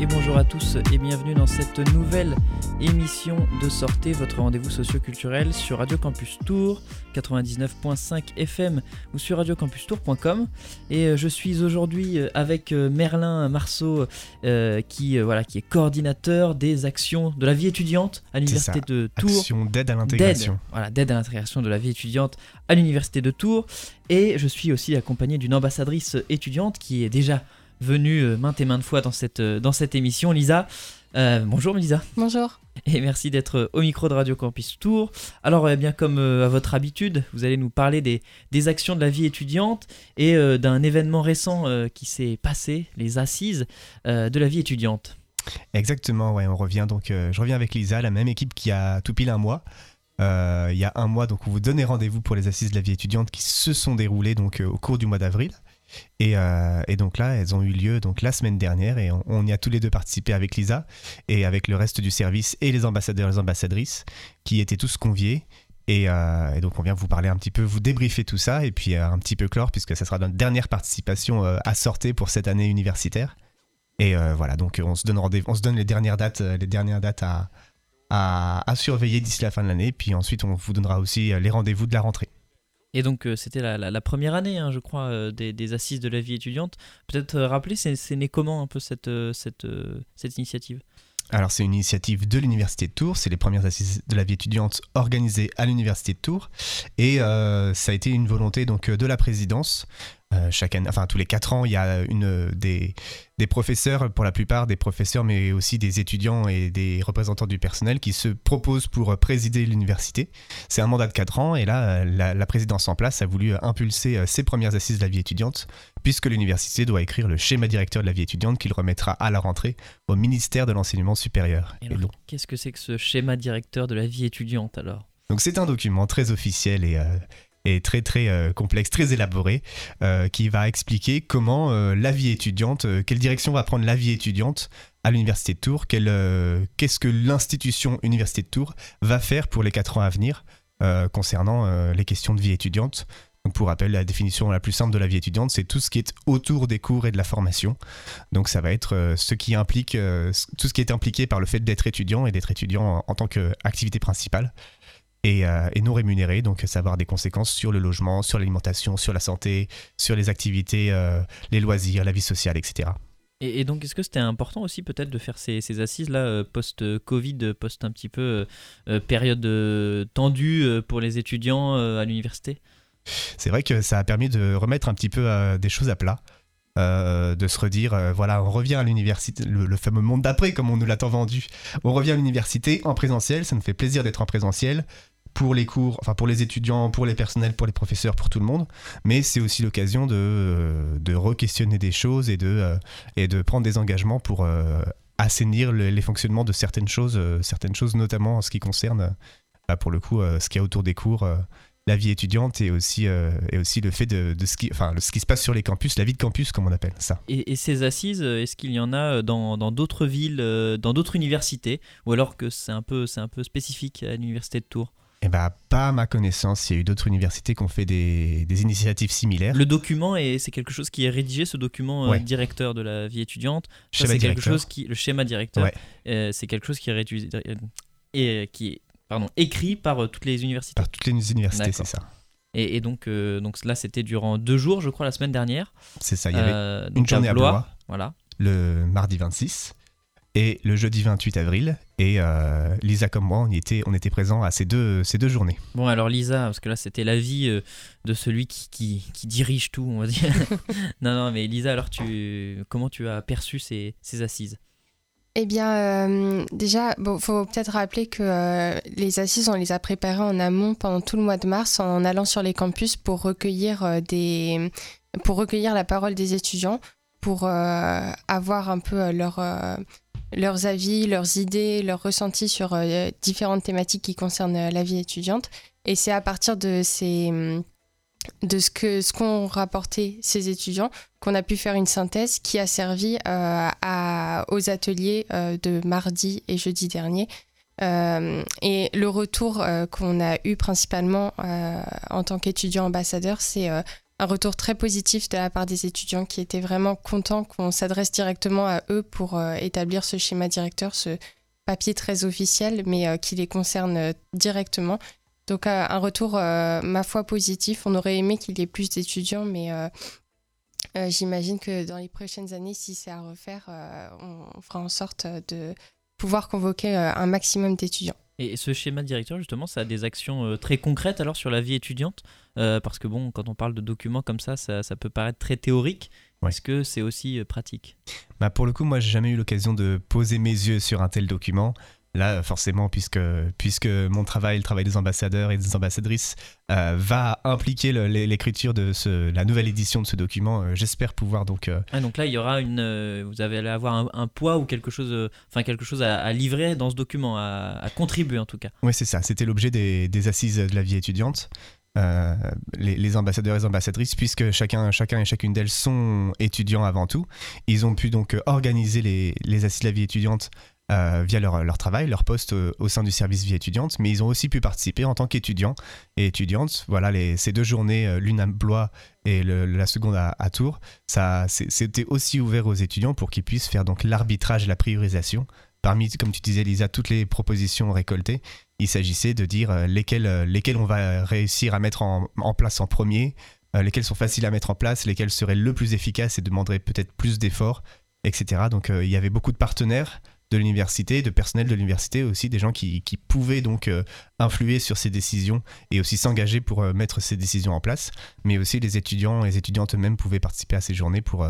et bonjour à tous et bienvenue dans cette nouvelle émission de Sortez, votre rendez-vous socio-culturel sur Radio Campus Tours 99.5 FM ou sur radiocampustour.com. Et je suis aujourd'hui avec Merlin Marceau qui est coordinateur des actions de la vie étudiante à l'Université de Tours. Action d'aide à l'intégration. D'aide à l'intégration de la vie étudiante à l'Université de Tours. Et je suis aussi accompagné d'une ambassadrice étudiante qui est déjà venue maintes et maintes fois dans cette émission, Lisa. Bonjour Lisa. Bonjour. Et merci d'être au micro de Radio Campus Tours. Alors bien comme à votre habitude, vous allez nous parler des actions de la vie étudiante et d'un événement récent qui s'est passé, les assises de la vie étudiante. Exactement, ouais, on revient donc. Je reviens avec Lisa, la même équipe qui a tout pile un mois. Il y a un mois, donc on vous donnait rendez-vous pour les assises de la vie étudiante qui se sont déroulées donc au cours du mois d'avril. Et donc là, elles ont eu lieu donc la semaine dernière et on y a tous les deux participé avec Lisa et avec le reste du service et les ambassadeurs et les ambassadrices qui étaient tous conviés. Et donc on vient vous parler un petit peu, vous débriefer tout ça et puis un petit peu clore puisque ça sera notre dernière participation à Sortez pour cette année universitaire. Et voilà, donc on se donne les dernières dates à surveiller d'ici la fin de l'année. Puis ensuite, on vous donnera aussi les rendez-vous de la rentrée. Et donc, c'était la première année, je crois, des assises de la vie étudiante. Peut-être rappeler, c'est né comment un peu cette initiative ? Alors, c'est une initiative de l'Université de Tours. C'est les premières assises de la vie étudiante organisées à l'Université de Tours. Et ça a été une volonté donc, de la présidence. Chaque année, tous les 4 ans, il y a des professeurs, pour la plupart des professeurs, mais aussi des étudiants et des représentants du personnel qui se proposent pour présider l'université. C'est un mandat de 4 ans et là, la présidence en place a voulu impulser ces premières assises de la vie étudiante puisque l'université doit écrire le schéma directeur de la vie étudiante qu'il remettra à la rentrée au ministère de l'Enseignement supérieur. Et alors, qu'est-ce que c'est que ce schéma directeur de la vie étudiante alors ? Donc c'est un document très officiel et très très complexe, très élaboré, qui va expliquer comment la vie étudiante, quelle direction va prendre la vie étudiante à l'Université de Tours, qu'est-ce que l'institution Université de Tours va faire pour les 4 ans à venir concernant les questions de vie étudiante. Donc pour rappel, la définition la plus simple de la vie étudiante, c'est tout ce qui est autour des cours et de la formation. Donc ça va être ce qui implique, tout ce qui est impliqué par le fait d'être étudiant et d'être étudiant en tant qu'activité principale. Et non rémunéré, donc ça va avoir des conséquences sur le logement, sur l'alimentation, sur la santé, sur les activités, les loisirs, la vie sociale, etc. Et donc, est-ce que c'était important aussi peut-être de faire ces assises-là post-Covid, post un petit peu période tendue pour les étudiants à l'université ? C'est vrai que ça a permis de remettre un petit peu des choses à plat. De se redire, on revient à l'université, le fameux monde d'après comme on nous l'a tant vendu. On revient à l'université en présentiel, ça nous fait plaisir d'être en présentiel pour les cours, pour les étudiants, pour les personnels, pour les professeurs, pour tout le monde. Mais c'est aussi l'occasion de re-questionner des choses et de prendre des engagements pour assainir les fonctionnements de certaines choses notamment en ce qui concerne, pour le coup, ce qu'il y a autour des cours. La vie étudiante et aussi le fait de ce qui se passe sur les campus, la vie de campus comme on appelle ça. Et ces assises, est-ce qu'il y en a dans d'autres villes, dans d'autres universités, ou alors que c'est un peu spécifique à l'université de Tours ? Pas à ma connaissance, il y a eu d'autres universités qui ont fait des initiatives similaires. Le document, c'est quelque chose qui est rédigé, ce document directeur de la vie étudiante. Le schéma directeur, c'est quelque chose qui est rédigé et qui est écrit par toutes les universités. Par toutes les universités, D'accord. c'est ça. Et donc là, c'était durant 2 jours, je crois, la semaine dernière. C'est ça, il y avait une journée à Blois, voilà. Le mardi 26 et le jeudi 28 avril. Et Lisa comme moi, on était présents à ces deux journées. Bon, alors Lisa, parce que là, c'était l'avis de celui qui dirige tout, on va dire. non, mais Lisa, alors comment tu as perçu ces assises ? Eh bien, déjà, faut peut-être rappeler que les assises, on les a préparées en amont pendant tout le mois de mars en allant sur les campus pour recueillir la parole des étudiants, pour avoir un peu leurs avis, leurs idées, leurs ressentis sur différentes thématiques qui concernent la vie étudiante. Et c'est à partir de ce qu'ont rapporté ces étudiants qu'on a pu faire une synthèse qui a servi aux ateliers de mardi et jeudi dernier. Et le retour qu'on a eu principalement en tant qu'étudiant ambassadeur, c'est un retour très positif de la part des étudiants qui étaient vraiment contents qu'on s'adresse directement à eux pour établir ce schéma directeur, ce papier très officiel, mais qui les concerne directement. Donc un retour, ma foi, positif. On aurait aimé qu'il y ait plus d'étudiants, mais j'imagine que dans les prochaines années, si c'est à refaire, on fera en sorte de pouvoir convoquer un maximum d'étudiants. Et ce schéma directeur, justement, ça a des actions très concrètes alors sur la vie étudiante, parce que bon, quand on parle de documents comme ça peut paraître très théorique. Ouais. Est-ce que c'est aussi pratique ? Pour le coup, moi, j'ai jamais eu l'occasion de poser mes yeux sur un tel document. Là, forcément, puisque mon travail, le travail des ambassadeurs et des ambassadrices va impliquer l'écriture de la nouvelle édition de ce document, j'espère pouvoir donc... donc là, il y aura vous allez avoir un poids ou quelque chose à livrer dans ce document, à contribuer en tout cas. Oui, c'est ça. C'était l'objet des assises de la vie étudiante. Les ambassadeurs et les ambassadrices, puisque chacun et chacune d'elles sont étudiants avant tout, ils ont pu donc organiser les assises de la vie étudiante via leur travail, leur poste au sein du service vie étudiante, mais ils ont aussi pu participer en tant qu'étudiants et étudiantes. Voilà, ces 2 journées, l'une à Blois et la seconde à Tours, c'était aussi ouvert aux étudiants pour qu'ils puissent faire donc l'arbitrage et la priorisation. Parmi, comme tu disais Lisa, toutes les propositions récoltées, il s'agissait de dire lesquelles on va réussir à mettre en place en premier, lesquelles sont faciles à mettre en place, lesquelles seraient le plus efficaces et demanderaient peut-être plus d'efforts, etc. Donc il y avait beaucoup de partenaires de l'université, de personnel de l'université aussi, des gens qui pouvaient donc influer sur ces décisions et aussi s'engager pour mettre ces décisions en place, mais aussi les étudiants et les étudiantes eux-mêmes pouvaient participer à ces journées pour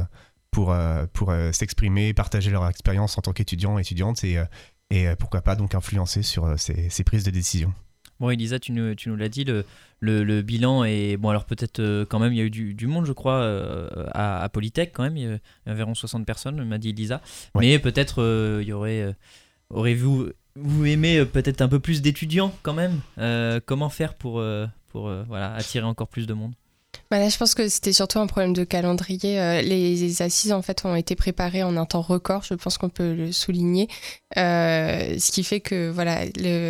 s'exprimer, partager leur expérience en tant qu'étudiants et étudiantes et pourquoi pas donc influencer sur ces prises de décision. Bon, Elisa, tu nous l'as dit, le bilan est... Bon, alors peut-être quand même, il y a eu du monde, je crois, à Polytech quand même. Il y a environ 60 personnes, m'a dit Elisa. Ouais. Mais peut-être, il y auriez-vous aimé peut-être un peu plus d'étudiants quand même. Comment faire pour attirer encore plus de monde ? Là, je pense que c'était surtout un problème de calendrier. Les assises, en fait, ont été préparées en un temps record. Je pense qu'on peut le souligner. Ce qui fait que, voilà,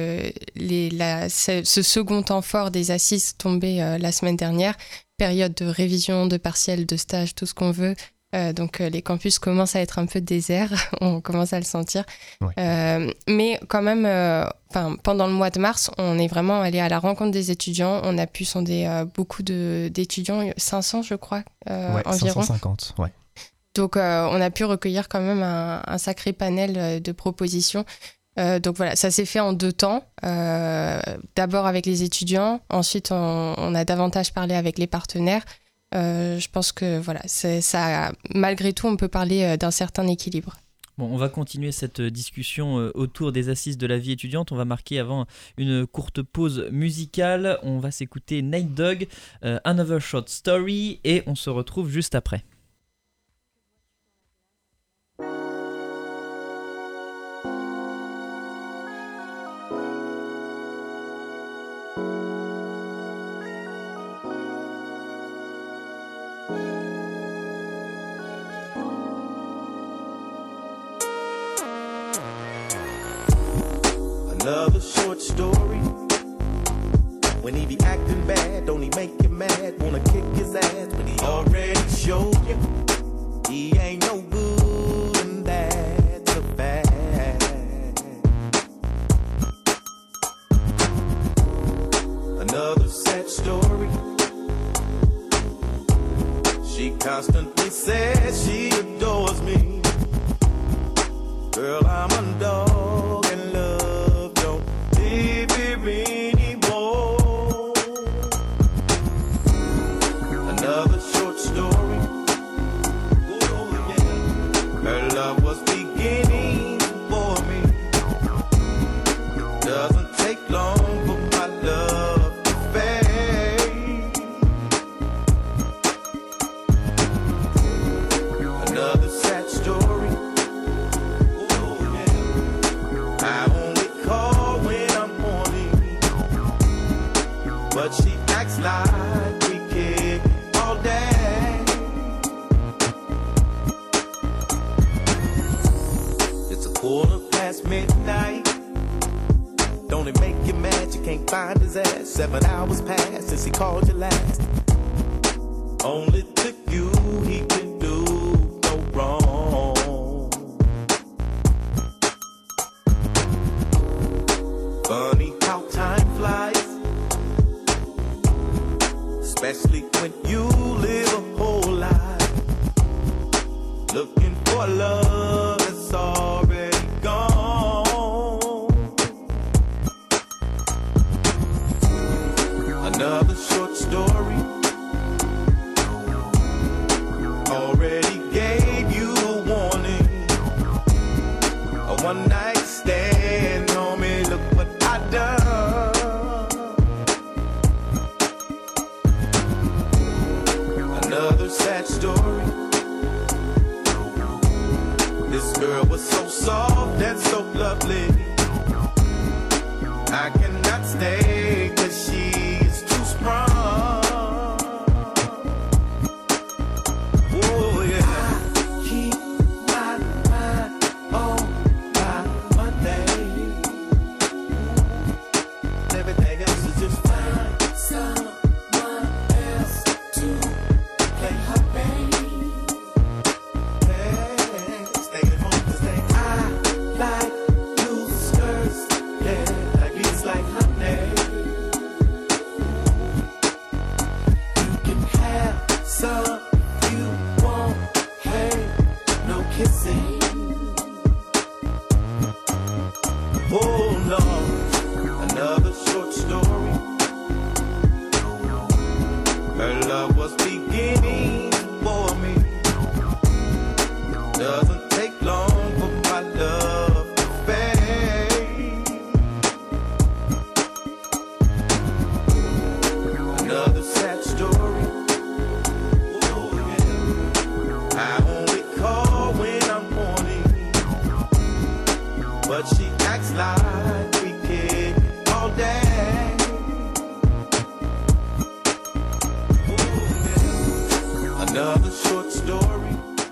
ce second temps fort des assises tombait la semaine dernière. Période de révision, de partiel, de stage, tout ce qu'on veut. Donc les campus commencent à être un peu déserts, on commence à le sentir. Ouais. Mais quand même, pendant le mois de mars, on est vraiment allé à la rencontre des étudiants. On a pu sonder beaucoup d'étudiants, 500 je crois, environ. 550, ouais. Donc on a pu recueillir quand même un sacré panel de propositions. Donc voilà, ça s'est fait en 2 temps. D'abord avec les étudiants, ensuite on a davantage parlé avec les partenaires. Je pense que voilà, ça, malgré tout, on peut parler d'un certain équilibre. Bon, on va continuer cette discussion autour des assises de la vie étudiante. On va marquer avant une courte pause musicale. On va s'écouter Night Dog, Another Short Story, et on se retrouve juste après. Another short story. When he be acting bad, don't he make you mad? Wanna kick his ass, but he already showed you he ain't no good, and that's a fact. Another sad story. She constantly says she adores me. Girl, I'm a dog and love don't live here anymore. Another short story. Oh, yeah. Her love was beginning for me. Doesn't take long for my love to fade. Another sad story. But she acts like we kick all day. It's midnight. Don't it make you mad you can't find his ass? 7 hours passed since he called you last. Only to you he can do no wrong. Funny how time flies, especially when you live a whole life looking for love that's already gone. Another short story already gave you a warning. A one night stand, homie, look what I done. Another sad story. This girl was so soft and so lovely. I cannot stay 'cause she is too strong. Oh yeah. I keep my mind on my Monday. Everything else is just fine. Someone else to play her baby. Hey, stay at home 'cause I like new skirts. Yeah, like it's like honey. You can have some you want. Hey, no kissing. Oh no, another short story. Her love was beginning for me. Doesn't take long for my love to fade. Another sad story. Oh yeah. I only call when I'm horny, but she acts like we kid all day. Oh yeah. Another short story.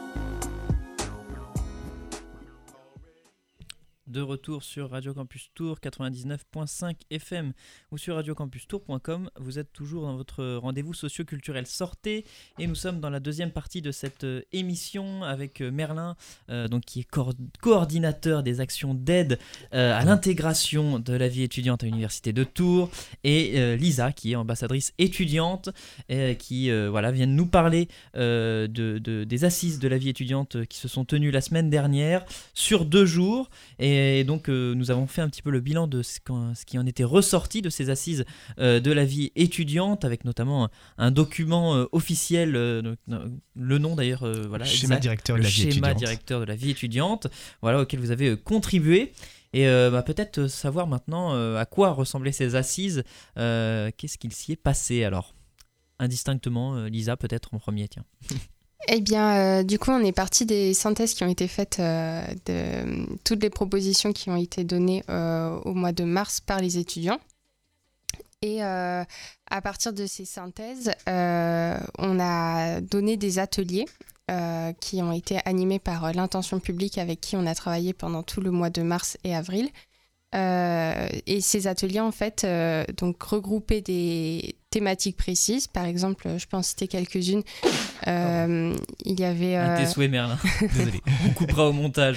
De retour sur Radio Campus Tour 99.5 FM ou sur radiocampustour.com. Vous êtes toujours dans votre rendez-vous socio-culturel Sortez et nous sommes dans la deuxième partie de cette émission avec Merlin, donc qui est coordinateur des actions d'aide à l'intégration de la vie étudiante à l'université de Tours, et Lisa qui est ambassadrice étudiante qui viennent nous parler des assises de la vie étudiante qui se sont tenues la semaine dernière sur 2 jours. Et donc nous avons fait un petit peu le bilan de ce qui en était ressorti de ces assises de la vie étudiante, avec notamment un document officiel, le nom d'ailleurs, Schéma directeur de la vie étudiante. Schéma directeur de la vie étudiante, auquel vous avez contribué. Et peut-être savoir maintenant à quoi ressemblaient ces assises, qu'est-ce qu'il s'y est passé alors, indistinctement. Lisa, peut-être en premier, tiens. Eh bien, du coup, on est parti des synthèses qui ont été faites de toutes les propositions qui ont été données au mois de mars par les étudiants. Et à partir de ces synthèses, on a donné des ateliers qui ont été animés par l'Intention publique, avec qui on a travaillé pendant tout le mois de mars et avril. Et ces ateliers, en fait, donc regroupaient des thématiques précises. Par exemple, je peux en citer quelques-unes. Il y avait... Un tes souhaits, Merlin. Désolé, on coupera au montage.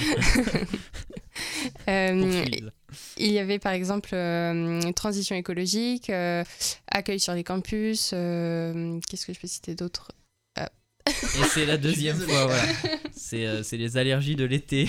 Il y avait par exemple transition écologique, accueil sur les campus, qu'est-ce que je peux citer d'autre? Et c'est la deuxième fois, voilà. C'est les allergies de l'été.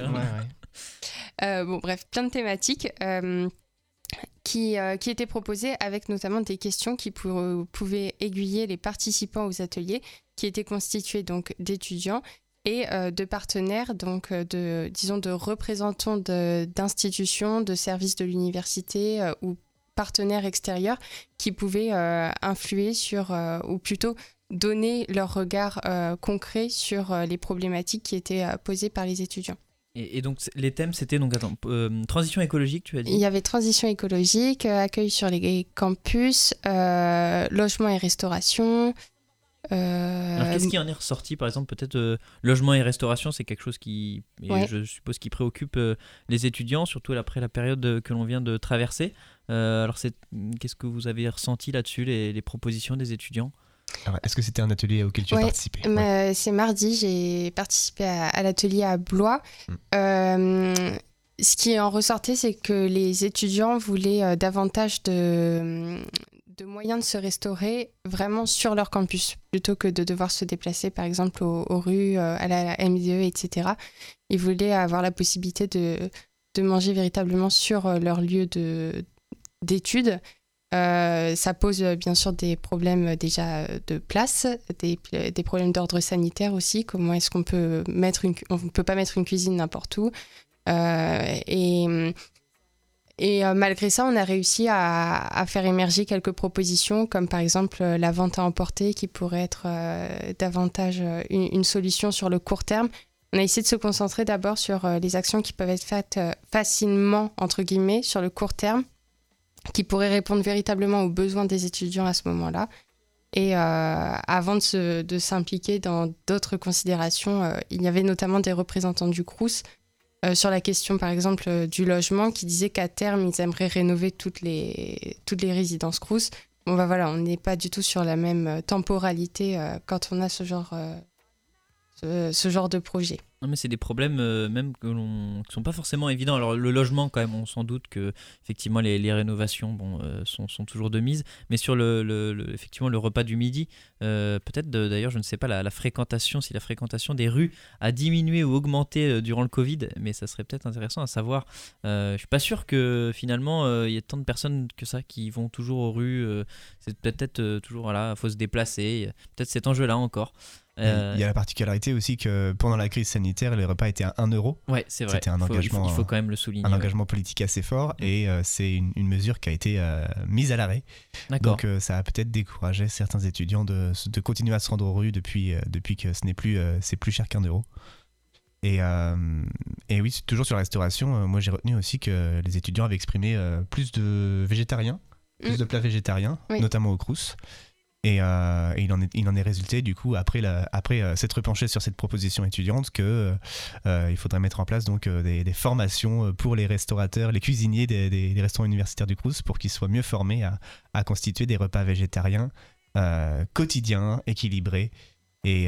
Bref, plein de thématiques qui étaient proposées, avec notamment des questions qui pouvaient aiguiller les participants aux ateliers, qui étaient constitués donc d'étudiants et de partenaires, donc de représentants d'institutions, de services de l'université ou partenaires extérieurs qui pouvaient influer sur, ou plutôt donner leur regard concret sur les problématiques qui étaient posées par les étudiants. Et donc les thèmes, c'était donc transition écologique, tu as dit? Il y avait transition écologique, accueil sur les campus, logement et restauration. Alors qu'est-ce qui en est ressorti, par exemple, peut-être logement et restauration, c'est quelque chose qui, je suppose, qui préoccupe les étudiants, surtout après la période que l'on vient de traverser. Alors qu'est-ce que vous avez ressenti là-dessus, les propositions des étudiants? Alors, est-ce que c'était un atelier auquel tu as participé? C'est mardi, j'ai participé à l'atelier à Blois. Ce qui en ressortait, c'est que les étudiants voulaient davantage de moyens de se restaurer vraiment sur leur campus, plutôt que de devoir se déplacer, par exemple, aux rues, à la MDE, etc. Ils voulaient avoir la possibilité de manger véritablement sur leur lieu d'études. Ça pose bien sûr des problèmes déjà de place, des problèmes d'ordre sanitaire aussi. Comment est-ce qu'on peut on peut pas mettre une cuisine n'importe où. Et malgré ça, on a réussi à faire émerger quelques propositions, comme par exemple la vente à emporter, qui pourrait être davantage une solution sur le court terme. On a essayé de se concentrer d'abord sur les actions qui peuvent être faites facilement, entre guillemets, sur le court terme, qui pourraient répondre véritablement aux besoins des étudiants à ce moment-là. Et avant de s'impliquer dans d'autres considérations, il y avait notamment des représentants du Crous sur la question, par exemple, du logement, qui disaient qu'à terme, ils aimeraient rénover toutes les résidences Crous. Bon, voilà, on n'est pas du tout sur la même temporalité quand on a ce genre de projet. Non, mais c'est des problèmes même qui sont pas forcément évidents. Alors le logement, quand même, on s'en doute que effectivement les rénovations sont toujours de mise. Mais sur effectivement le repas du midi, peut-être d'ailleurs, je ne sais pas si la fréquentation des rues a diminué ou augmenté durant le Covid, mais ça serait peut-être intéressant à savoir. Je suis pas sûr que finalement il y ait tant de personnes que ça qui vont toujours aux rues. C'est peut-être toujours voilà, faut se déplacer. Peut-être cet enjeu-là encore. Il y a la particularité aussi que pendant la crise sanitaire, les repas étaient à 1 euro. Ouais, c'est vrai. C'était un engagement, il faut quand même le souligner. Un engagement politique assez fort et c'est une mesure qui a été mise à l'arrêt. D'accord. Donc ça a peut-être découragé certains étudiants de continuer à se rendre aux rues depuis que c'est plus cher qu'1 euro. Et oui, toujours sur la restauration, moi j'ai retenu aussi que les étudiants avaient exprimé plus de végétariens, plus de plats végétariens, notamment au Crous. Et il en est résulté du coup après s'être penché sur cette proposition étudiante que il faudrait mettre en place donc des formations pour les restaurateurs, les cuisiniers des restaurants universitaires du Crous pour qu'ils soient mieux formés à constituer des repas végétariens quotidiens, équilibrés et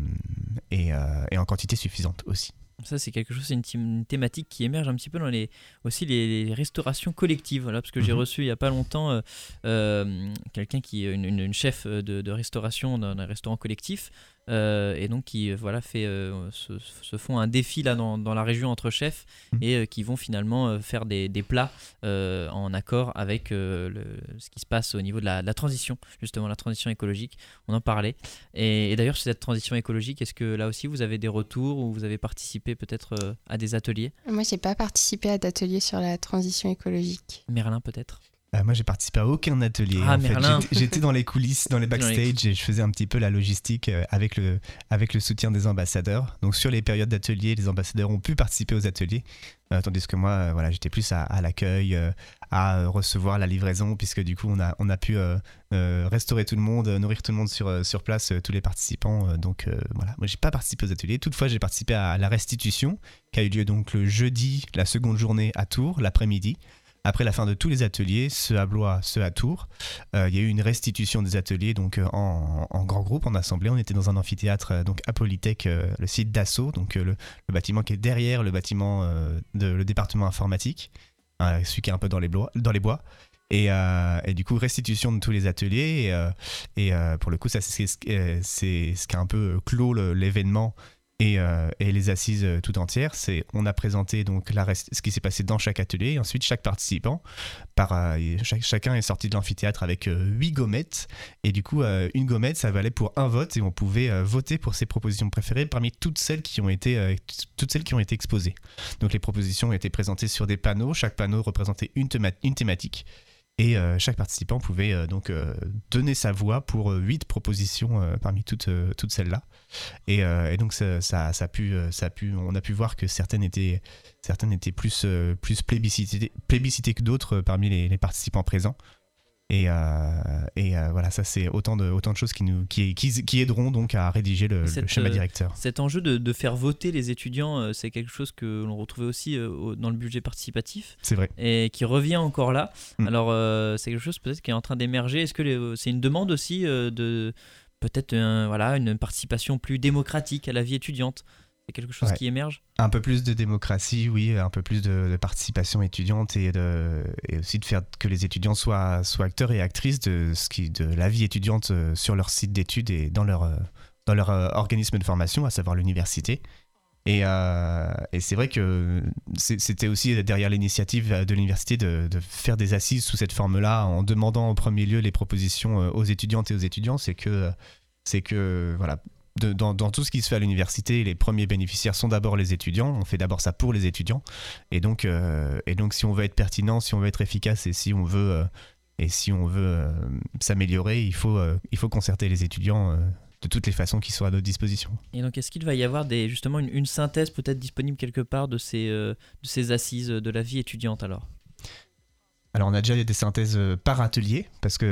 en quantité suffisante aussi. Ça, c'est quelque chose, c'est une thématique qui émerge un petit peu dans les restaurations collectives. Voilà, parce que j'ai reçu il n'y a pas longtemps quelqu'un qui est une chef de restauration dans un restaurant collectif. Et donc qui se font un défi là dans la région entre chefs et qui vont finalement faire des plats en accord avec ce qui se passe au niveau de la transition, justement la transition écologique, on en parlait et d'ailleurs sur cette transition écologique, est-ce que là aussi vous avez des retours ou vous avez participé peut-être à des ateliers? Moi j'ai pas participé à d'ateliers sur la transition écologique. Merlin peut-être? Moi j'ai participé à aucun atelier. J'étais dans les coulisses, dans les backstage et je faisais un petit peu la logistique avec le soutien des ambassadeurs. Donc sur les périodes d'ateliers, les ambassadeurs ont pu participer aux ateliers, tandis que moi j'étais plus à l'accueil, à recevoir la livraison, puisque du coup on a pu restaurer tout le monde, nourrir tout le monde sur place, tous les participants. Donc voilà, moi j'ai pas participé aux ateliers. Toutefois j'ai participé à la restitution qui a eu lieu donc le jeudi, la seconde journée à Tours, l'après-midi. Après la fin de tous les ateliers, ceux à Blois, ceux à Tours, il y a eu une restitution des ateliers donc en grand groupe, en assemblée. On était dans un amphithéâtre donc à Polytech, le site d'Asso, donc le bâtiment qui est derrière le bâtiment le département informatique, celui qui est un peu dans les bois. Et du coup, restitution de tous les ateliers. Et pour le coup, ça c'est ce qui a un peu clos l'événement. Et les assises tout entières, on a présenté donc ce qui s'est passé dans chaque atelier et ensuite chaque participant, chacun est sorti de l'amphithéâtre avec 8 gommettes et du coup une gommette ça valait pour un vote et on pouvait voter pour ses propositions préférées parmi toutes celles qui ont été exposées. Donc les propositions ont été présentées sur des panneaux, chaque panneau représentait une thématique. Et chaque participant pouvait donc donner sa voix pour 8 propositions parmi toutes celles-là. Et donc on a pu voir que certaines étaient plus plébiscitées que d'autres parmi les participants présents. Et voilà, ça c'est autant de choses qui aideront donc à rédiger le schéma directeur. Cet enjeu de faire voter les étudiants, c'est quelque chose que l'on retrouvait aussi dans le budget participatif. C'est vrai. Et qui revient encore là. Alors c'est quelque chose peut-être qui est en train d'émerger. Est-ce que c'est une demande aussi peut-être une participation plus démocratique à la vie étudiante. C'est quelque chose qui émerge. Un peu plus de démocratie, oui, un peu plus de participation étudiante et aussi de faire que les étudiants soient acteurs et actrices de la vie étudiante sur leur site d'études et dans leur organisme de formation, à savoir l'université. Et c'est vrai que c'était aussi derrière l'initiative de l'université de faire des assises sous cette forme-là, en demandant en premier lieu les propositions aux étudiantes et aux étudiants. C'est que voilà, dans tout ce qui se fait à l'université, les premiers bénéficiaires sont d'abord les étudiants. On fait d'abord ça pour les étudiants. Et donc si on veut être pertinent, si on veut être efficace et si on veut s'améliorer, il faut concerter les étudiants de toutes les façons qui sont à notre disposition. Et donc, est-ce qu'il va y avoir justement une synthèse peut-être disponible quelque part de ces assises de la vie étudiante alors ? Alors, on a déjà des synthèses par atelier,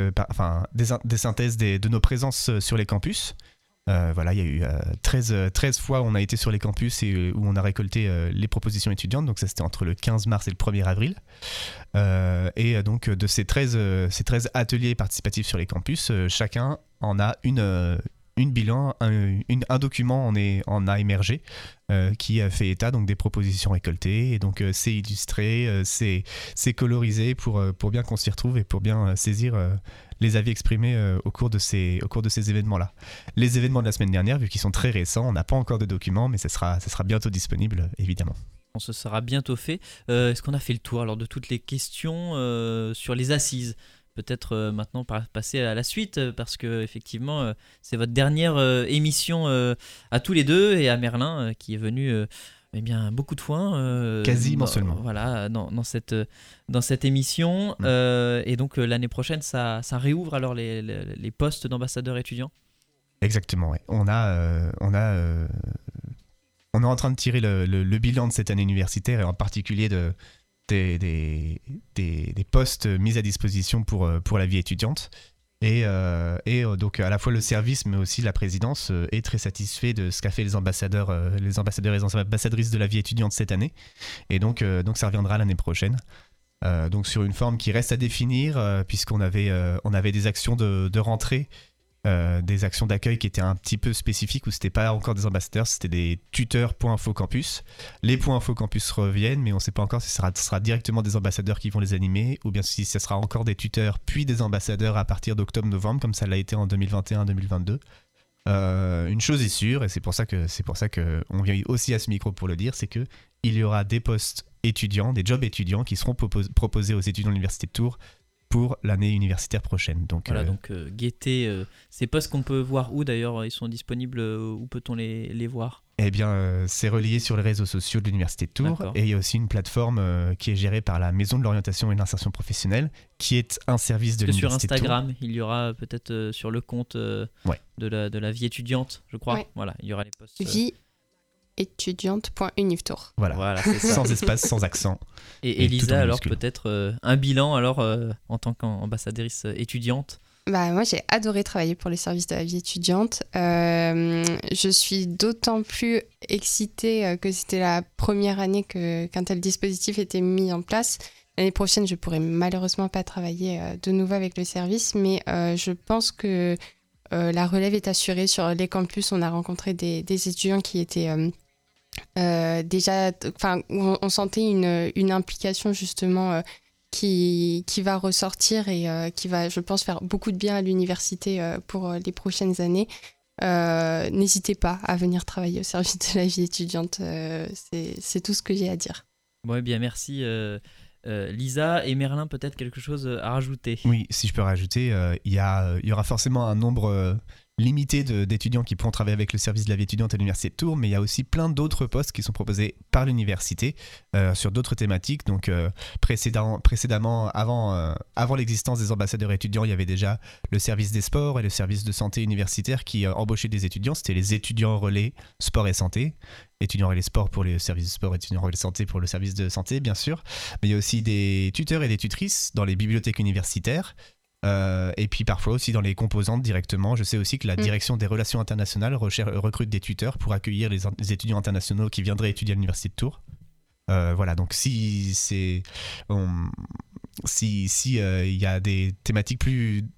des synthèses de nos présences sur les campus. Il y a eu 13 fois où on a été sur les campus et où on a récolté les propositions étudiantes. Donc ça, c'était entre le 15 mars et le 1er avril. Et donc, de ces 13 ateliers participatifs sur les campus, chacun en a une bilan, un document en a émergé qui a fait état donc des propositions récoltées, et donc c'est illustré, c'est colorisé pour bien qu'on s'y retrouve et pour bien saisir les avis exprimés au cours de ces événements-là. Les événements de la semaine dernière, vu qu'ils sont très récents, on n'a pas encore de documents, mais ça sera bientôt disponible, évidemment. Ce sera bientôt fait. Est-ce qu'on a fait le tour alors de toutes les questions sur les assises ? Peut-être maintenant passer à la suite, parce que effectivement c'est votre dernière émission à tous les deux, et à Merlin qui est venu beaucoup de fois quasi mensuellement dans cette émission. Et donc l'année prochaine ça réouvre alors les postes d'ambassadeurs étudiants. Exactement, ouais. On est en train de tirer le bilan de cette année universitaire, et en particulier des postes mis à disposition pour la vie étudiante. Et donc à la fois le service, mais aussi la présidence est très satisfait de ce qu'a fait les ambassadeurs et les ambassadrices de la vie étudiante cette année. Et donc ça reviendra l'année prochaine. Donc sur une forme qui reste à définir, puisqu'on avait des actions de rentrée, des actions d'accueil qui étaient un petit peu spécifiques, où c'était pas encore des ambassadeurs, c'était des tuteurs pour InfoCampus. Les points InfoCampus reviennent, mais on sait pas encore si ce sera directement des ambassadeurs qui vont les animer, ou bien si ce sera encore des tuteurs puis des ambassadeurs à partir d'octobre-novembre, comme ça l'a été en 2021-2022. Une chose est sûre, et c'est pour ça que on vient aussi à ce micro pour le dire, c'est que il y aura des postes étudiants, des jobs étudiants qui seront proposés aux étudiants de l'Université de Tours pour l'année universitaire prochaine. Donc guettez ces postes qu'on peut voir où d'ailleurs, ils sont disponibles, où peut-on les voir ? Eh bien, c'est relié sur les réseaux sociaux de l'Université de Tours. D'accord. Et il y a aussi une plateforme qui est gérée par la Maison de l'orientation et de l'insertion professionnelle, qui est un service de l'Université de Tours. Sur Instagram, il y aura peut-être sur le compte de la vie étudiante, je crois. Ouais. Voilà, il y aura les posts. Vie étudiante.univtour. Voilà, c'est ça. Sans espace, sans accent. Et Elisa, alors peut-être un bilan alors en tant qu'ambassadrice étudiante. Moi, j'ai adoré travailler pour les services de la vie étudiante. Je suis d'autant plus excitée que c'était la première année qu'un tel dispositif était mis en place. L'année prochaine, je ne pourrai malheureusement pas travailler de nouveau avec le service, mais je pense que la relève est assurée sur les campus. On a rencontré des étudiants qui étaient déjà... on sentait une implication justement... qui va ressortir et qui va, je pense, faire beaucoup de bien à l'université pour les prochaines années. N'hésitez pas à venir travailler au service de la vie étudiante. C'est tout ce que j'ai à dire. Bon, bien, merci Lisa. Et Merlin, peut-être quelque chose à rajouter ? Oui, si je peux rajouter, il y aura forcément un nombre limité d'étudiants qui pourront travailler avec le service de la vie étudiante à l'Université de Tours, mais il y a aussi plein d'autres postes qui sont proposés par l'université sur d'autres thématiques. Donc précédemment, avant l'existence des ambassadeurs étudiants, il y avait déjà le service des sports et le service de santé universitaire qui embauchaient des étudiants. C'était les étudiants relais sport et santé. Étudiants relais sport pour le service de sport, étudiants relais santé pour le service de santé, bien sûr. Mais il y a aussi des tuteurs et des tutrices dans les bibliothèques universitaires. Et puis parfois aussi dans les composantes directement. Je sais aussi que la direction des relations internationales recrute des tuteurs pour accueillir les étudiants internationaux qui viendraient étudier à l'Université de Tours. Voilà, donc si y a des thématiques plus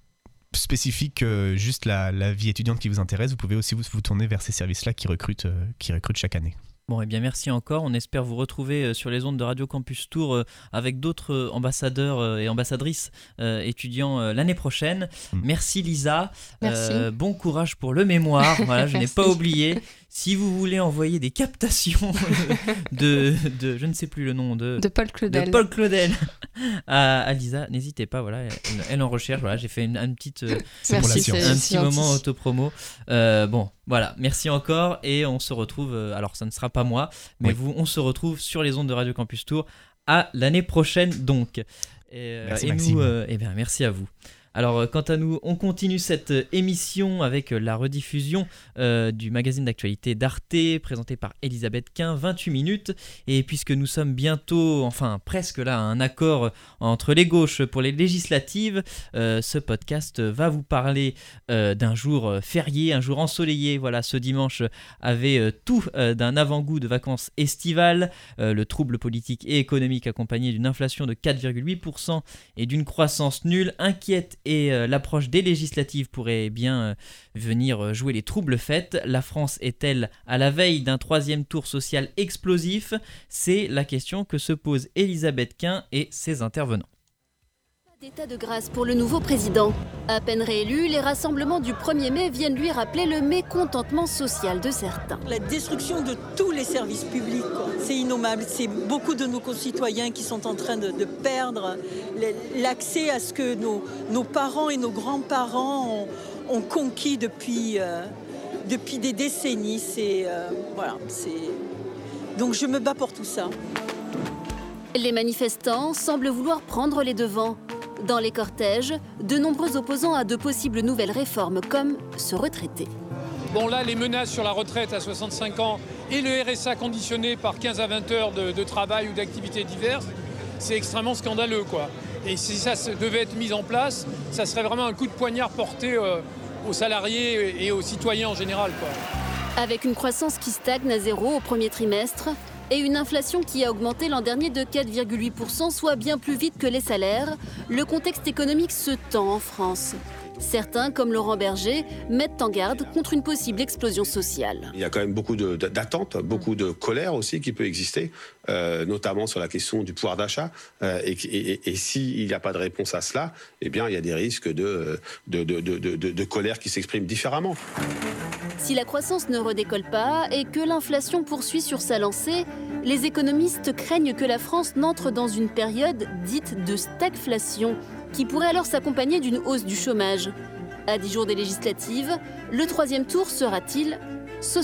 spécifique juste la vie étudiante qui vous intéresse, vous pouvez aussi vous tourner vers ces services-là qui recrutent chaque année. Bon, eh bien merci encore. On espère vous retrouver sur les ondes de Radio Campus Tour avec d'autres ambassadeurs et ambassadrices étudiants l'année prochaine. Merci Lisa. Merci. Bon courage pour le mémoire. Voilà, je n'ai pas oublié. Si vous voulez envoyer des captations de je ne sais plus le nom de Paul Claudel. De Paul Claudel à Lisa, n'hésitez pas. Voilà, elle en recherche. Voilà, j'ai fait une petite C'est pour la Merci, science. un c'est petit moment gentil. autopromo. Bon, voilà, merci encore et on se retrouve. Alors, ça ne sera pas moi, mais Oui. on se retrouve sur les ondes de Radio Campus Tour à l'année prochaine, donc. Merci, et Maxime. nous, eh bien, merci à vous. Alors, quant à nous, on continue cette émission avec la rediffusion du magazine d'actualité d'Arte, présenté par Elisabeth Quint, 28 minutes. Et puisque nous sommes bientôt, enfin presque là, à un accord entre les gauches pour les législatives, ce podcast va vous parler d'un jour férié, un jour ensoleillé. Voilà, ce dimanche avait tout d'un avant-goût de vacances estivales. Le trouble politique et économique accompagné d'une inflation de 4,8% et d'une croissance nulle inquiète. Et l'approche des législatives pourrait bien venir jouer les troubles faits. La France est-elle à la veille d'un troisième tour social explosif ? C'est la question que se pose Elisabeth Quint et ses intervenants. D'état de grâce pour le nouveau président. À peine réélu, les rassemblements du 1er mai viennent lui rappeler le mécontentement social de certains. La destruction de tous les services publics, quoi. C'est innommable. C'est beaucoup de nos concitoyens qui sont en train de perdre l'accès à ce que nos parents et nos grands-parents ont conquis depuis des décennies. Donc je me bats pour tout ça. Les manifestants semblent vouloir prendre les devants. Dans les cortèges, de nombreux opposants à de possibles nouvelles réformes comme se retraiter. Bon là, les menaces sur la retraite à 65 ans et le RSA conditionné par 15 à 20 heures de travail ou d'activités diverses, c'est extrêmement scandaleux, quoi. Et si ça devait être mis en place, ça serait vraiment un coup de poignard porté aux salariés et aux citoyens en général, quoi. Avec une croissance qui stagne à zéro au premier trimestre et une inflation qui a augmenté l'an dernier de 4,8%, soit bien plus vite que les salaires, le contexte économique se tend en France. Certains, comme Laurent Berger, mettent en garde contre une possible explosion sociale. Il y a quand même beaucoup d'attentes, beaucoup de colère aussi qui peut exister, notamment sur la question du pouvoir d'achat. Et s'il n'y a pas de réponse à cela, eh bien, il y a des risques de colère qui s'expriment différemment. Si la croissance ne redécolle pas et que l'inflation poursuit sur sa lancée, les économistes craignent que la France n'entre dans une période dite de stagflation, qui pourrait alors s'accompagner d'une hausse du chômage. À 10 jours des législatives, le troisième tour sera-t-il social ?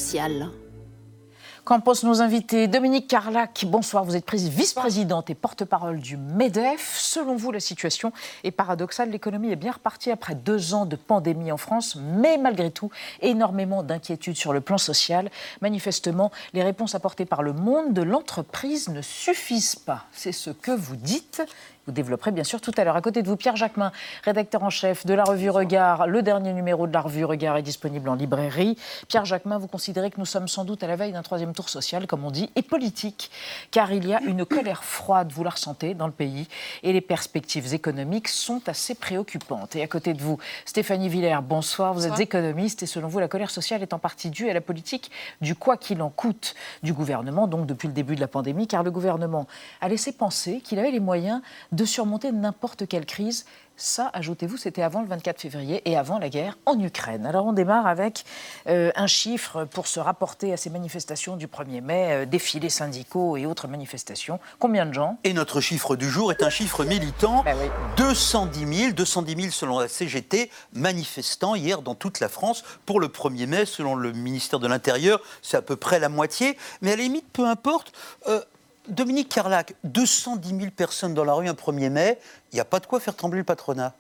Qu'en pensent nos invités ? Dominique Carlac, bonsoir, vous êtes vice-présidente et porte-parole du MEDEF. Selon vous, la situation est paradoxale. L'économie est bien repartie après 2 ans de pandémie en France, mais malgré tout, énormément d'inquiétudes sur le plan social. Manifestement, les réponses apportées par le monde de l'entreprise ne suffisent pas. C'est ce que vous dites. Vous développerez bien sûr tout à l'heure. À côté de vous, Pierre Jacquemin, rédacteur en chef de la revue Regard. Le dernier numéro de la revue Regard est disponible en librairie. Pierre Jacquemin, vous considérez que nous sommes sans doute à la veille d'un troisième tour social, comme on dit, et politique, car il y a une colère froide, vous la ressentez, dans le pays, et les perspectives économiques sont assez préoccupantes. Et à côté de vous, Stéphanie Villers, bonsoir, vous êtes économiste, et selon vous, la colère sociale est en partie due à la politique du quoi qu'il en coûte du gouvernement, donc depuis le début de la pandémie, car le gouvernement a laissé penser qu'il avait les moyens de surmonter n'importe quelle crise. Ça, ajoutez-vous, c'était avant le 24 février et avant la guerre en Ukraine. Alors on démarre avec un chiffre pour se rapporter à ces manifestations du 1er mai, défilés syndicaux et autres manifestations. Combien de gens ? Et notre chiffre du jour est un chiffre militant. Ben oui. 210 000 selon la CGT, manifestants hier dans toute la France pour le 1er mai. Selon le ministère de l'Intérieur, c'est à peu près la moitié. Mais à la limite, peu importe. Dominique Carlac, 210 000 personnes dans la rue un 1er mai, il n'y a pas de quoi faire trembler le patronat.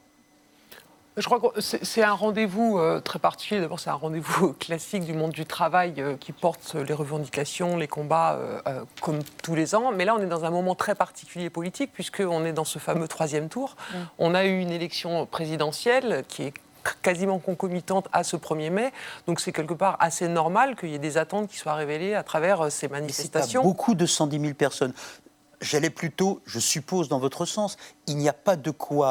Je crois que c'est un rendez-vous très particulier. D'abord, c'est un rendez-vous classique du monde du travail qui porte les revendications, les combats, comme tous les ans. Mais là, on est dans un moment très particulier politique, puisqu'on est dans ce fameux troisième tour. On a eu une élection présidentielle qui est quasiment concomitante à ce 1er mai. Donc c'est quelque part assez normal qu'il y ait des attentes qui soient révélées à travers ces manifestations. C'est pas beaucoup, 210 000 personnes. J'allais plutôt, je suppose, dans votre sens, il n'y a pas de quoi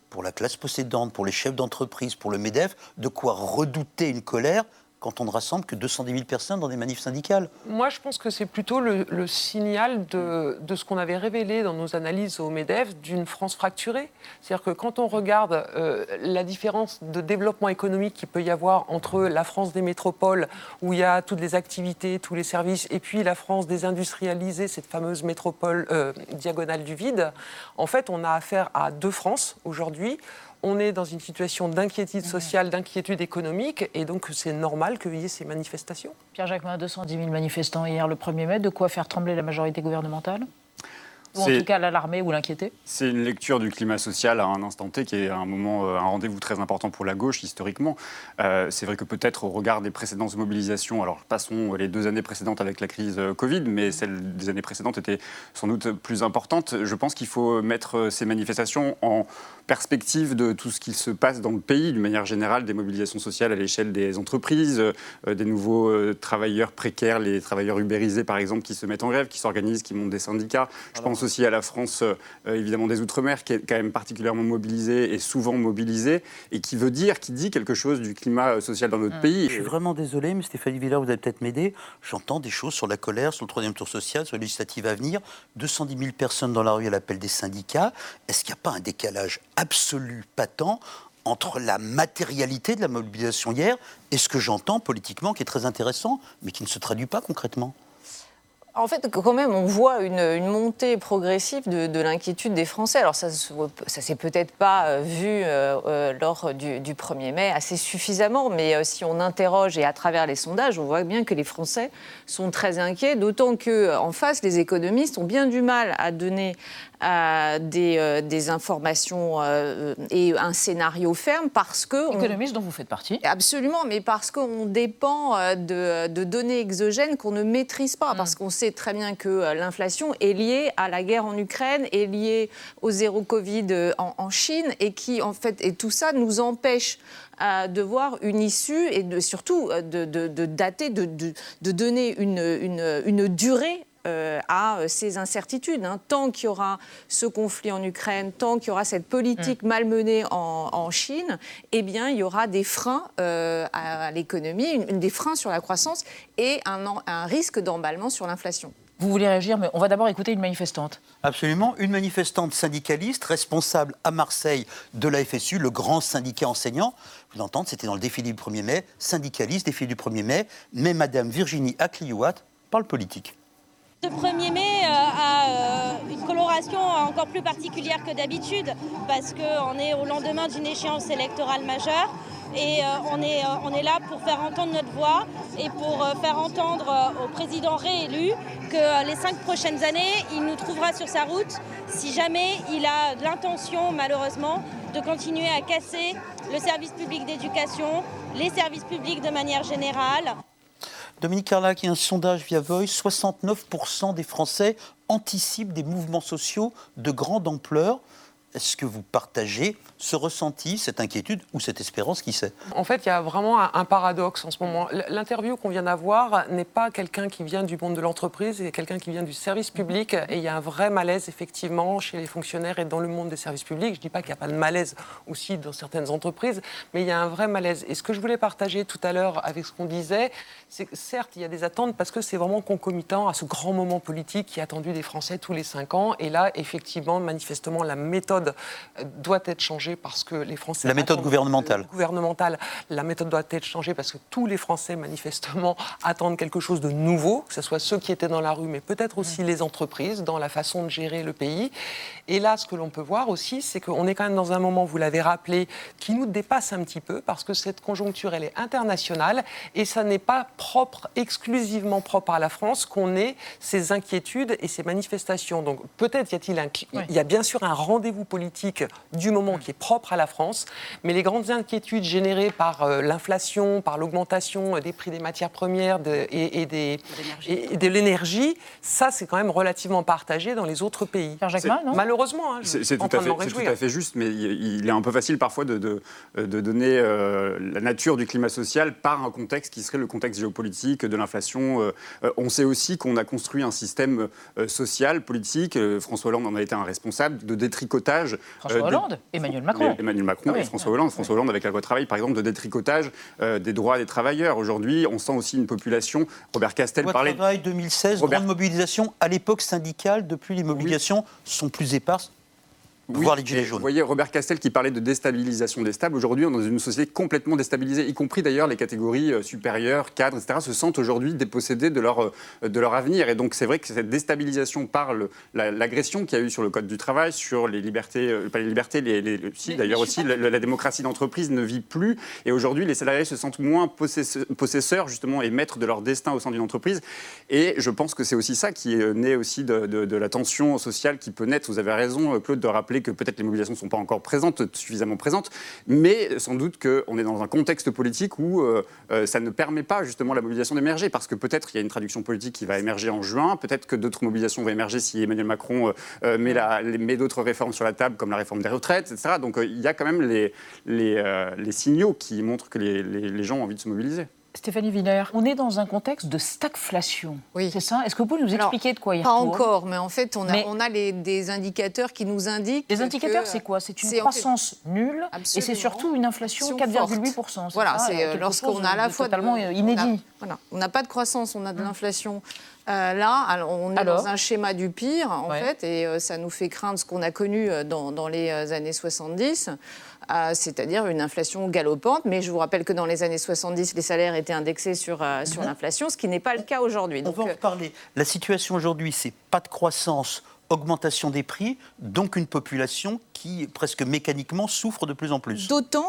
pour la classe possédante, pour les chefs d'entreprise, pour le MEDEF, de quoi redouter une colère quand on ne rassemble que 210 000 personnes dans des manifs syndicales? Moi, je pense que c'est plutôt le signal de ce qu'on avait révélé dans nos analyses au MEDEF d'une France fracturée. C'est-à-dire que quand on regarde la différence de développement économique qu'il peut y avoir entre la France des métropoles, où il y a toutes les activités, tous les services, et puis la France désindustrialisée, cette fameuse métropole diagonale du vide, en fait, on a affaire à deux Frances aujourd'hui. On est dans une situation d'inquiétude sociale, d'inquiétude économique, et donc c'est normal qu'il y ait ces manifestations. Pierre Jacquemin, 210 000 manifestants hier le 1er mai, de quoi faire trembler la majorité gouvernementale ? Ou en tout cas l'alarmer ou l'inquiéter? C'est une lecture du climat social à un instant T qui est un rendez-vous très important pour la gauche historiquement. C'est vrai que peut-être au regard des précédentes mobilisations, alors passons les 2 années précédentes avec la crise Covid, mais celles des années précédentes étaient sans doute plus importantes. Je pense qu'il faut mettre ces manifestations en perspective de tout ce qui se passe dans le pays, d'une manière générale, des mobilisations sociales à l'échelle des entreprises, des nouveaux travailleurs précaires, les travailleurs ubérisés par exemple, qui se mettent en grève, qui s'organisent, qui montent des syndicats. Je pense aussi à la France, évidemment, des Outre-mer, qui est quand même particulièrement mobilisée et souvent mobilisée, et qui dit quelque chose du climat social dans notre pays. Je suis vraiment désolé, mais Stéphanie Villard, vous allez peut-être m'aider. J'entends des choses sur la colère, sur le 3e tour social, sur les législatives à venir. 210 000 personnes dans la rue à l'appel des syndicats. Est-ce qu'il n'y a pas un décalage absolu, patent, entre la matérialité de la mobilisation hier et ce que j'entends politiquement, qui est très intéressant, mais qui ne se traduit pas concrètement? En fait, quand même, on voit une montée progressive de l'inquiétude des Français. Alors ça s'est peut-être pas vu lors du 1er mai assez suffisamment, mais si on interroge et à travers les sondages, on voit bien que les Français sont très inquiets, d'autant qu'en face, les économistes ont bien du mal à donner des informations et un scénario ferme parce que... Économistes dont vous faites partie. Absolument, mais parce qu'on dépend de données exogènes qu'on ne maîtrise pas, parce qu'on sait très bien que l'inflation est liée à la guerre en Ukraine, est liée au zéro Covid en Chine, et qui, en fait, et tout ça nous empêche de voir une issue et surtout de dater, de donner une durée à ces incertitudes. Tant qu'il y aura ce conflit en Ukraine, tant qu'il y aura cette politique malmenée en Chine, eh bien, il y aura des freins à l'économie, des freins sur la croissance et un risque d'emballement sur l'inflation. Vous voulez réagir, mais on va d'abord écouter une manifestante. Absolument, une manifestante syndicaliste, responsable à Marseille de la FSU, le grand syndicat enseignant. Vous l'entendez, c'était dans le défilé du 1er mai, syndicaliste, défilé du 1er mai, mais Madame Virginie Acliouat parle politique. Ce 1er mai a une coloration encore plus particulière que d'habitude parce qu'on est au lendemain d'une échéance électorale majeure et on est là pour faire entendre notre voix et pour faire entendre au président réélu que les 5 prochaines années, il nous trouvera sur sa route si jamais il a l'intention, malheureusement, de continuer à casser le service public d'éducation, les services publics de manière générale. Dominique Carlac, il y a un sondage via Voice, 69% des Français anticipent des mouvements sociaux de grande ampleur. Est-ce que vous partagez ce ressenti, cette inquiétude ou cette espérance, qui sait? En fait, il y a vraiment un paradoxe en ce moment. L'interview qu'on vient d'avoir n'est pas quelqu'un qui vient du monde de l'entreprise, c'est quelqu'un qui vient du service public. Et il y a un vrai malaise, effectivement, chez les fonctionnaires et dans le monde des services publics. Je ne dis pas qu'il n'y a pas de malaise aussi dans certaines entreprises, mais il y a un vrai malaise. Et ce que je voulais partager tout à l'heure avec ce qu'on disait, c'est que certes, il y a des attentes parce que c'est vraiment concomitant à ce grand moment politique qui est attendu des Français tous les 5 ans. Et là, effectivement, manifestement, la méthode doit être changée parce que les Français... La méthode gouvernementale. La méthode doit être changée parce que tous les Français, manifestement, attendent quelque chose de nouveau, que ce soit ceux qui étaient dans la rue, mais peut-être aussi les entreprises, dans la façon de gérer le pays. Et là, ce que l'on peut voir aussi, c'est qu'on est quand même dans un moment, vous l'avez rappelé, qui nous dépasse un petit peu parce que cette conjoncture, elle est internationale et ça n'est pas exclusivement propre à la France qu'on ait ces inquiétudes et ces manifestations. Donc peut-être il y a bien sûr un rendez-vous politique du moment qui est propre à la France, mais les grandes inquiétudes générées par l'inflation, par l'augmentation des prix des matières premières et de l'énergie, ça c'est quand même relativement partagé dans les autres pays. Malheureusement, c'est tout à fait juste, mais il est un peu facile parfois de donner la nature du climat social par un contexte qui serait le contexte géopolitique de l'inflation. On sait aussi qu'on a construit un système social, politique, François Hollande en a été un responsable, de détricotage détricotage. François Hollande, Emmanuel Macron. Emmanuel Macron et François Hollande. François Hollande avec la loi travail, par exemple, de détricotage des droits des travailleurs. Aujourd'hui, on sent aussi une population. Robert Castel parlait. Loi travail 2016, grande mobilisation. À l'époque syndicale, depuis les mobilisations sont plus éparses. Voir les gilets jaunes. Vous voyez, Robert Castel qui parlait de déstabilisation des stables. Aujourd'hui, on est dans une société complètement déstabilisée, y compris d'ailleurs les catégories supérieures, cadres, etc., se sentent aujourd'hui dépossédés de leur avenir. Et donc, c'est vrai que cette déstabilisation par l'agression qu'il y a eu sur le Code du travail, sur les libertés, pas les libertés, d'ailleurs aussi, la démocratie d'entreprise ne vit plus. Et aujourd'hui, les salariés se sentent moins possesseurs, justement, et maîtres de leur destin au sein d'une entreprise. Et je pense que c'est aussi ça qui est né aussi de la tension sociale qui peut naître. Vous avez raison, Claude, de rappeler que peut-être les mobilisations ne sont pas encore suffisamment présentes, mais sans doute qu'on est dans un contexte politique où ça ne permet pas justement la mobilisation d'émerger, parce que peut-être il y a une traduction politique qui va émerger en juin, peut-être que d'autres mobilisations vont émerger si Emmanuel Macron met d'autres réformes sur la table, comme la réforme des retraites, etc. Donc il y a quand même les signaux qui montrent que les gens ont envie de se mobiliser. Stéphanie Wiener, on est dans un contexte de stagflation, c'est ça? Est-ce que vous pouvez nous expliquer de quoi il retourne? Pas encore, mais en fait, on a des indicateurs qui nous indiquent... Les indicateurs, c'est quoi? C'est une croissance nulle, et c'est surtout une inflation 4,8%. Voilà, c'est lorsqu'on a à la fois... totalement inédit. On n'a pas de croissance, on a de l'inflation. Là, on est dans un schéma du pire, en fait, et ça nous fait craindre ce qu'on a connu dans les années 70, c'est-à-dire une inflation galopante. Mais je vous rappelle que dans les années 70, les salaires étaient indexés sur l'inflation, ce qui n'est pas le cas aujourd'hui. On va en reparler. La situation aujourd'hui, c'est pas de croissance, augmentation des prix, donc une population qui, presque mécaniquement, souffre de plus en plus. D'autant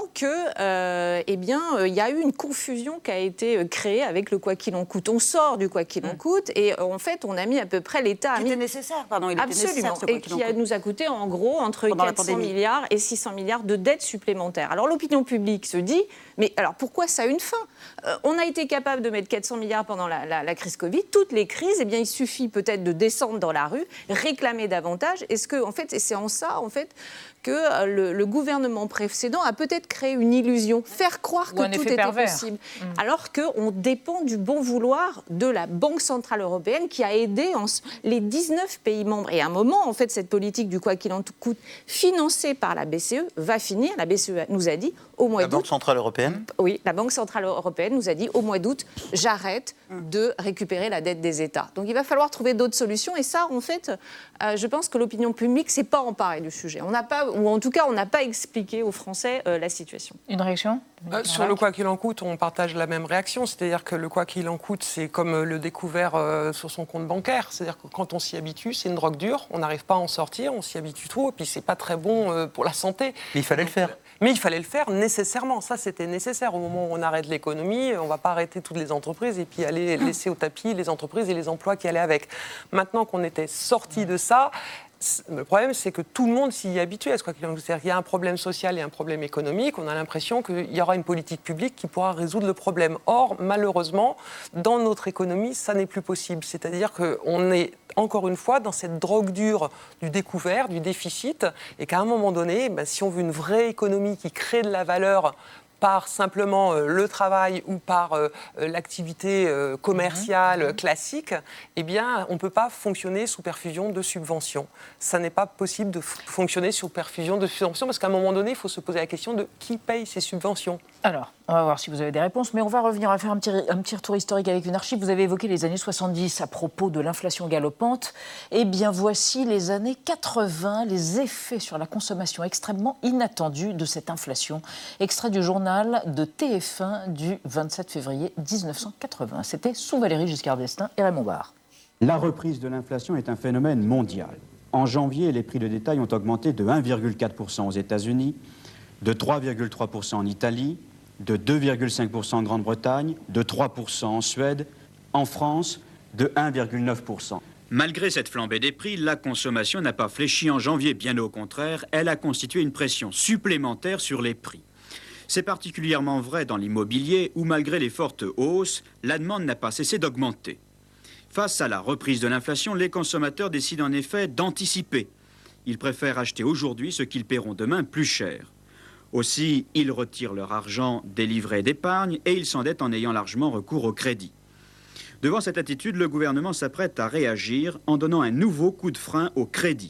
que, il y a eu une confusion qui a été créée avec le quoi qu'il en coûte. On sort du quoi qu'il en coûte et en fait, on a mis à peu près l'État... Qui était nécessaire, pardon. Il Absolument, était nécessaire, ce quoi qu'il en coûte. Nous a coûté en gros entre 400 milliards et 600 milliards de dettes supplémentaires. Alors l'opinion publique se dit, mais alors pourquoi ça a une fin? On a été capable de mettre 400 milliards pendant la crise Covid. Toutes les crises, eh bien, il suffit peut-être de descendre dans la rue, réclamer davantage. Est-ce que, en fait, et c'est en ça, en fait, que le gouvernement précédent a peut-être créé une illusion, faire croire que tout était possible, alors qu'on dépend du bon vouloir de la Banque Centrale Européenne qui a aidé les 19 pays membres. Et à un moment, en fait, cette politique du quoi qu'il en coûte, financée par la BCE, va finir. La BCE nous a dit au mois d'août... La Banque Centrale Européenne? Oui, la Banque Centrale Européenne nous a dit au mois d'août, j'arrête de récupérer la dette des États. Donc il va falloir trouver d'autres solutions. Et ça, en fait, je pense que l'opinion publique ne s'est pas emparée du sujet. On n'a pas... ou en tout cas, on n'a pas expliqué aux Français la situation. Une réaction? Sur le quoi qu'il en coûte, on partage la même réaction. C'est-à-dire que le quoi qu'il en coûte, c'est comme le découvert sur son compte bancaire. C'est-à-dire que quand on s'y habitue, c'est une drogue dure. On n'arrive pas à en sortir, on s'y habitue trop, et puis c'est pas très bon pour la santé. Mais il fallait le faire. Mais il fallait le faire nécessairement. Ça, c'était nécessaire. Au moment où on arrête l'économie, on ne va pas arrêter toutes les entreprises et puis aller laisser au tapis les entreprises et les emplois qui allaient avec. Maintenant qu'on était sorti de ça, le problème, c'est que tout le monde s'y est habitué. C'est-à-dire qu'il y a un problème social et un problème économique. On a l'impression qu'il y aura une politique publique qui pourra résoudre le problème. Or, malheureusement, dans notre économie, ça n'est plus possible. C'est-à-dire qu'on est, encore une fois, dans cette drogue dure du découvert, du déficit, et qu'à un moment donné, si on veut une vraie économie qui crée de la valeur par simplement le travail ou par l'activité commerciale classique, eh bien, on ne peut pas fonctionner sous perfusion de subventions. Ça n'est pas possible de fonctionner sous perfusion de subventions parce qu'à un moment donné, il faut se poser la question de qui paye ces subventions. Alors, on va voir si vous avez des réponses, mais on va revenir, on va faire un petit retour historique avec une archive. Vous avez évoqué les années 70 à propos de l'inflation galopante. Eh bien, voici les années 80, les effets sur la consommation extrêmement inattendus de cette inflation. Extrait du journal de TF1 du 27 février 1980. C'était sous Valéry Giscard d'Estaing et Raymond Barre. La reprise de l'inflation est un phénomène mondial. En janvier, les prix de détail ont augmenté de 1,4% aux États-Unis, de 3,3% en Italie, de 2,5% en Grande-Bretagne, de 3% en Suède, en France, de 1,9%. Malgré cette flambée des prix, la consommation n'a pas fléchi en janvier. Bien au contraire, elle a constitué une pression supplémentaire sur les prix. C'est particulièrement vrai dans l'immobilier où, malgré les fortes hausses, la demande n'a pas cessé d'augmenter. Face à la reprise de l'inflation, les consommateurs décident en effet d'anticiper. Ils préfèrent acheter aujourd'hui ce qu'ils paieront demain plus cher. Aussi, ils retirent leur argent des livrets d'épargne et ils s'endettent en ayant largement recours au crédit. Devant cette attitude, le gouvernement s'apprête à réagir en donnant un nouveau coup de frein au crédit.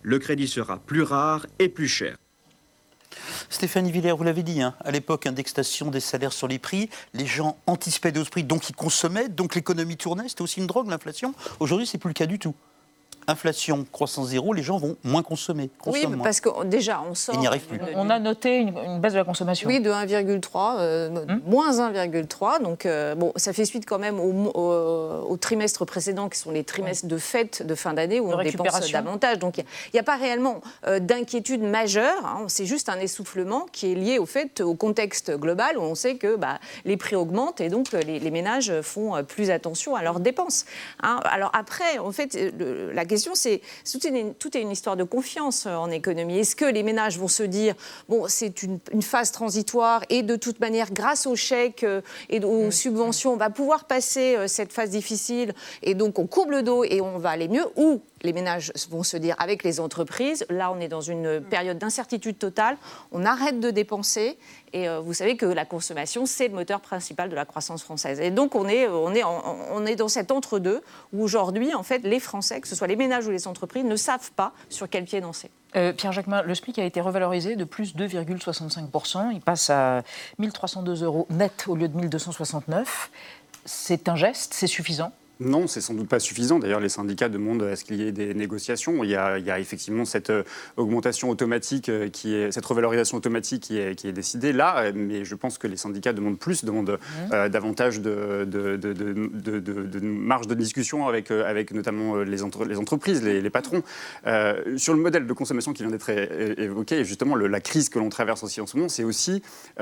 Le crédit sera plus rare et plus cher. Stéphanie Villers, vous l'avez dit, à l'époque, indexation des salaires sur les prix, les gens anticipaient des hausses de prix, donc ils consommaient, donc l'économie tournait, c'était aussi une drogue, l'inflation. Aujourd'hui, c'est plus le cas du tout. Inflation, croissance zéro, les gens vont moins consommer. Oui, parce que déjà, on sort... Ils n'y arrivent plus. On a noté une baisse de la consommation. Oui, de 1,3, moins 1,3. Donc, bon, ça fait suite quand même au trimestre précédent, qui sont les trimestres de fête de fin d'année, où on dépense davantage. Donc, il n'y a pas réellement d'inquiétude majeure. C'est juste un essoufflement qui est lié au contexte global, où on sait que les prix augmentent et donc les ménages font plus attention à leurs dépenses. Alors après, en fait, la question, c'est tout est une histoire de confiance en économie. Est-ce que les ménages vont se dire, bon, c'est une phase transitoire et de toute manière, grâce aux chèques et aux subventions, on va pouvoir passer cette phase difficile et donc on courbe le dos et on va aller mieux, ou les ménages vont se dire, avec les entreprises, là on est dans une période d'incertitude totale, on arrête de dépenser et vous savez que la consommation, c'est le moteur principal de la croissance française. Et donc on est dans cet entre-deux où aujourd'hui, en fait, les Français, que ce soit les ménages ou les entreprises, ne savent pas sur quel pied danser. Pierre Jacquemin, le SMIC a été revalorisé de plus 2,65%. Il passe à 1 302 € net au lieu de 1 269. C'est un geste, c'est suffisant ? Non, c'est sans doute pas suffisant. D'ailleurs, les syndicats demandent à ce qu'il y ait des négociations. Il y a effectivement cette augmentation automatique, cette revalorisation automatique qui est décidée là, mais je pense que les syndicats demandent plus, demandent davantage de marge de discussion avec notamment les entreprises, les patrons. Sur le modèle de consommation qui vient d'être évoqué, et justement la crise que l'on traverse aussi en ce moment, c'est aussi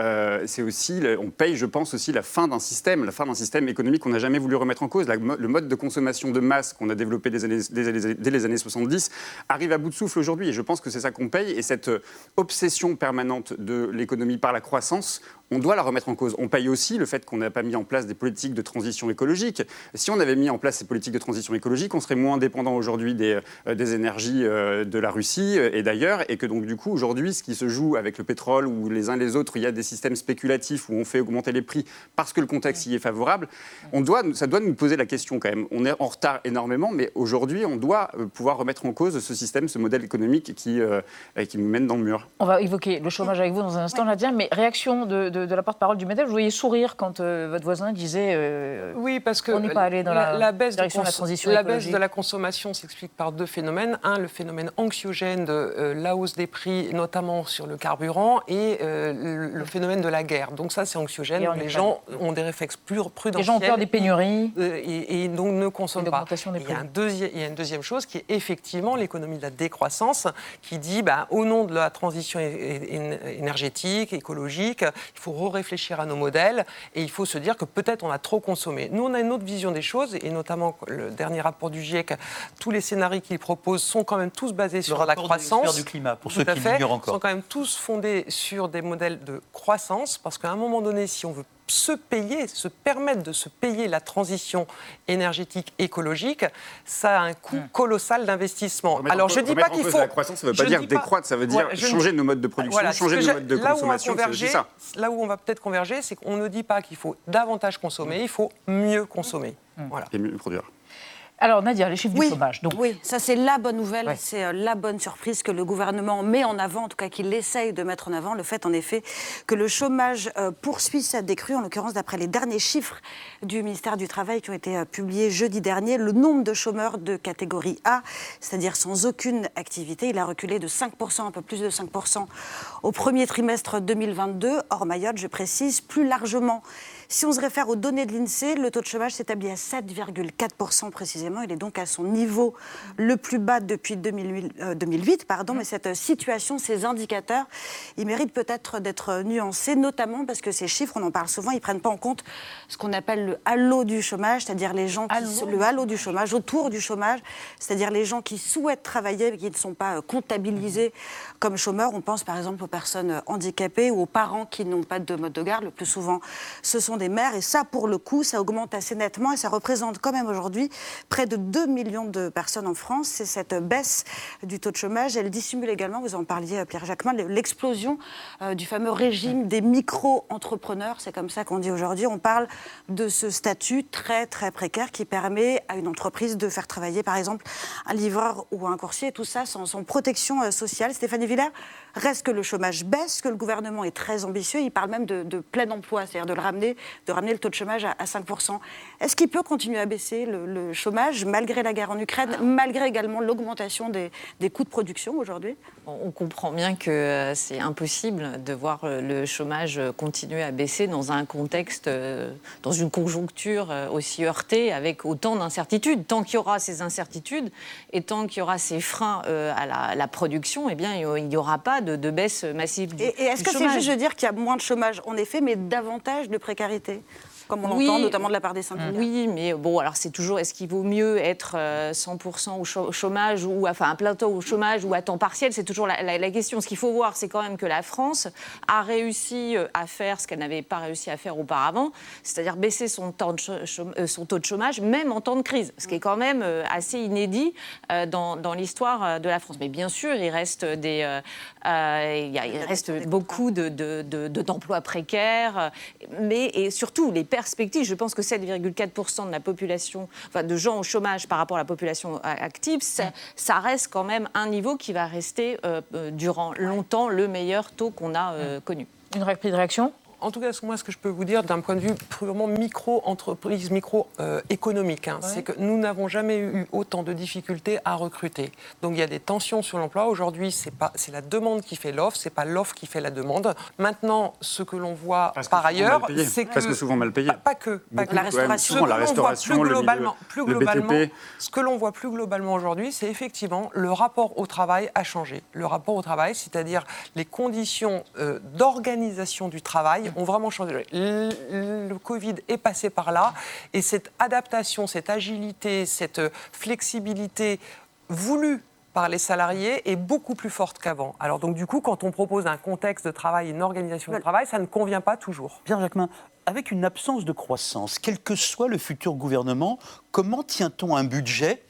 on paye, je pense, aussi la fin d'un système économique qu'on n'a jamais voulu remettre en cause. Le mode de consommation de masse qu'on a développé dès les années 70 arrive à bout de souffle aujourd'hui. Et je pense que c'est ça qu'on paye. Et cette obsession permanente de l'économie par la croissance, on doit la remettre en cause. On paye aussi le fait qu'on n'a pas mis en place des politiques de transition écologique. Si on avait mis en place ces politiques de transition écologique, on serait moins dépendant aujourd'hui des énergies de la Russie et d'ailleurs. Et que donc du coup, aujourd'hui, ce qui se joue avec le pétrole, où les uns les autres, il y a des systèmes spéculatifs où on fait augmenter les prix parce que le contexte y est favorable, ça doit nous poser la question quand même. On est en retard énormément, mais aujourd'hui, on doit pouvoir remettre en cause ce système, ce modèle économique qui nous mène dans le mur. On va évoquer le chômage avec vous dans un instant, Nadia, mais réaction de la porte-parole du MEDEF, vous voyez sourire quand votre voisin disait oui, parce que on n'est pas allé dans la direction de la transition écologique. La baisse de la consommation s'explique par deux phénomènes. Un, le phénomène anxiogène de la hausse des prix, notamment sur le carburant, et le phénomène de la guerre. Donc ça, c'est anxiogène. Les gens ont des réflexes plus prudentiels. Les gens ont peur des pénuries. Et donc ne consomment pas. Il y a une deuxième chose qui est effectivement l'économie de la décroissance, qui dit au nom de la transition énergétique, écologique, il faut réfléchir à nos modèles et il faut se dire que peut-être on a trop consommé. Nous, on a une autre vision des choses et notamment le dernier rapport du GIEC, tous les scénarios qu'il propose sont quand même tous basés sur la croissance. Du climat, pour ceux qui l'ignorent encore. Sont quand même tous fondés sur des modèles de croissance parce qu'à un moment donné, si on veut se permettre de se payer la transition énergétique écologique, ça a un coût colossal d'investissement. Alors je dis pas qu'il faut la croissance, ça ne veut pas dire décroître, ça veut dire changer nos modes de production, changer nos modes de consommation. Là où on va peut-être converger, c'est qu'on ne dit pas qu'il faut davantage consommer, il faut mieux consommer. Voilà. Et mieux produire. Alors Nadia, les chiffres du chômage. Donc. Oui, ça c'est la bonne nouvelle, c'est la bonne surprise que le gouvernement met en avant, en tout cas qu'il essaye de mettre en avant, le fait en effet que le chômage poursuit sa décrue, en l'occurrence d'après les derniers chiffres du ministère du Travail qui ont été publiés jeudi dernier, le nombre de chômeurs de catégorie A, c'est-à-dire sans aucune activité, il a reculé de 5%, un peu plus de 5% au premier trimestre 2022, hors Mayotte, je précise, plus largement. Si on se réfère aux données de l'INSEE, le taux de chômage s'établit à 7,4% précisément. Il est donc à son niveau le plus bas depuis 2008. Mais cette situation, ces indicateurs, ils méritent peut-être d'être nuancés, notamment parce que ces chiffres, on en parle souvent, ils ne prennent pas en compte ce qu'on appelle le halo du chômage, c'est-à-dire les gens le halo du chômage, autour du chômage, c'est-à-dire les gens qui souhaitent travailler mais qui ne sont pas comptabilisés comme chômeurs. On pense par exemple aux personnes handicapées ou aux parents qui n'ont pas de mode de garde. Le plus souvent, ce sont des des maires. Et ça, pour le coup, ça augmente assez nettement et ça représente quand même aujourd'hui près de 2 millions de personnes en France. C'est cette baisse du taux de chômage. Elle dissimule également, vous en parliez, Pierre Jacquemin, l'explosion du fameux régime des micro-entrepreneurs. C'est comme ça qu'on dit aujourd'hui. On parle de ce statut très, très précaire qui permet à une entreprise de faire travailler, par exemple, un livreur ou un coursier. Et tout ça sans protection sociale. Stéphanie Villers, reste que le chômage baisse, que le gouvernement est très ambitieux. Il parle même de plein emploi, c'est-à-dire de ramener le taux de chômage à 5%. Est-ce qu'il peut continuer à baisser le chômage malgré la guerre en Ukraine, malgré également l'augmentation des coûts de production aujourd'hui ? On comprend bien que c'est impossible de voir le chômage continuer à baisser dans un contexte, dans une conjoncture aussi heurtée, avec autant d'incertitudes. Tant qu'il y aura ces incertitudes et tant qu'il y aura ces freins à la production, eh bien, il n'y aura pas de baisse massive du chômage. Et est-ce que c'est juste de dire qu'il y a moins de chômage, en effet, mais davantage de précarité ? Comme on entend, notamment de la part des syndicats. Oui, mais bon, alors c'est toujours, est-ce qu'il vaut mieux être 100% au chômage, ou enfin un plein temps au chômage ou à temps partiel ? C'est toujours la question. Ce qu'il faut voir, c'est quand même que la France a réussi à faire ce qu'elle n'avait pas réussi à faire auparavant, c'est-à-dire baisser son taux de chômage, même en temps de crise, ce qui est quand même assez inédit dans l'histoire de la France. Mais bien sûr, il reste beaucoup d'emplois précaires, et surtout les perspectives. Je pense que 7,4% de la population, enfin de gens au chômage par rapport à la population active, ça reste quand même un niveau qui va rester durant longtemps le meilleur taux qu'on a connu. Une rapide réaction ? En tout cas, moi, ce que je peux vous dire d'un point de vue purement micro-entreprise, micro-économique, c'est que nous n'avons jamais eu autant de difficultés à recruter. Donc, il y a des tensions sur l'emploi. Aujourd'hui, c'est la demande qui fait l'offre, c'est pas l'offre qui fait la demande. Maintenant, ce que l'on voit par ailleurs, c'est que... Parce que souvent mal payé. Pas que. La restauration. La restauration, plus globalement, BTP. Ce que l'on voit plus globalement aujourd'hui, c'est effectivement le rapport au travail a changé. Le rapport au travail, c'est-à-dire les conditions d'organisation du travail ont vraiment changé. Le Covid est passé par là et cette adaptation, cette agilité, cette flexibilité voulue par les salariés est beaucoup plus forte qu'avant. Alors donc du coup, quand on propose un contexte de travail, une organisation de travail, ça ne convient pas toujours. Pierre Jacquemin, avec une absence de croissance, quel que soit le futur gouvernement, comment tient-on un budget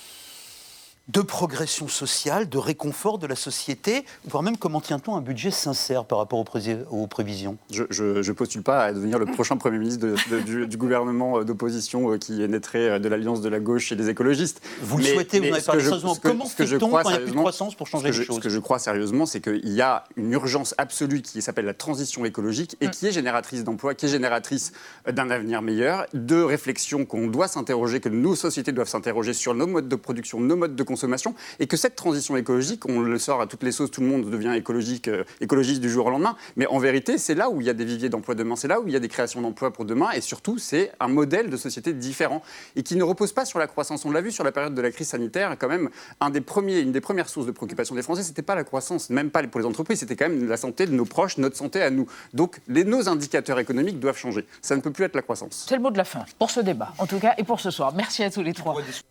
de progression sociale, de réconfort de la société, voire même comment tient-on un budget sincère par rapport aux prévisions ? Je postule pas à devenir le prochain Premier ministre du gouvernement d'opposition qui naîtrait de l'alliance de la gauche et des écologistes. Vous le souhaitez, vous n'avez pas sérieusement. Comment fait-on quand il n'y a plus de croissance pour changer les choses ? Ce que je crois sérieusement, c'est qu'il y a une urgence absolue qui s'appelle la transition écologique et qui est génératrice d'emplois, qui est génératrice d'un avenir meilleur, de réflexion qu'on doit s'interroger, que nos sociétés doivent s'interroger sur nos modes de production, nos modes de consommation, et que cette transition écologique, on le sort à toutes les sauces, tout le monde devient écologiste du jour au lendemain, mais en vérité, c'est là où il y a des viviers d'emploi demain, c'est là où il y a des créations d'emplois pour demain, et surtout, c'est un modèle de société différent, et qui ne repose pas sur la croissance. On l'a vu sur la période de la crise sanitaire, quand même, une des premières sources de préoccupation des Français, c'était pas la croissance, même pas pour les entreprises, c'était quand même la santé de nos proches, notre santé à nous. Donc, nos indicateurs économiques doivent changer. Ça ne peut plus être la croissance. C'est le mot de la fin pour ce débat, en tout cas, et pour ce soir. Merci à tous les trois.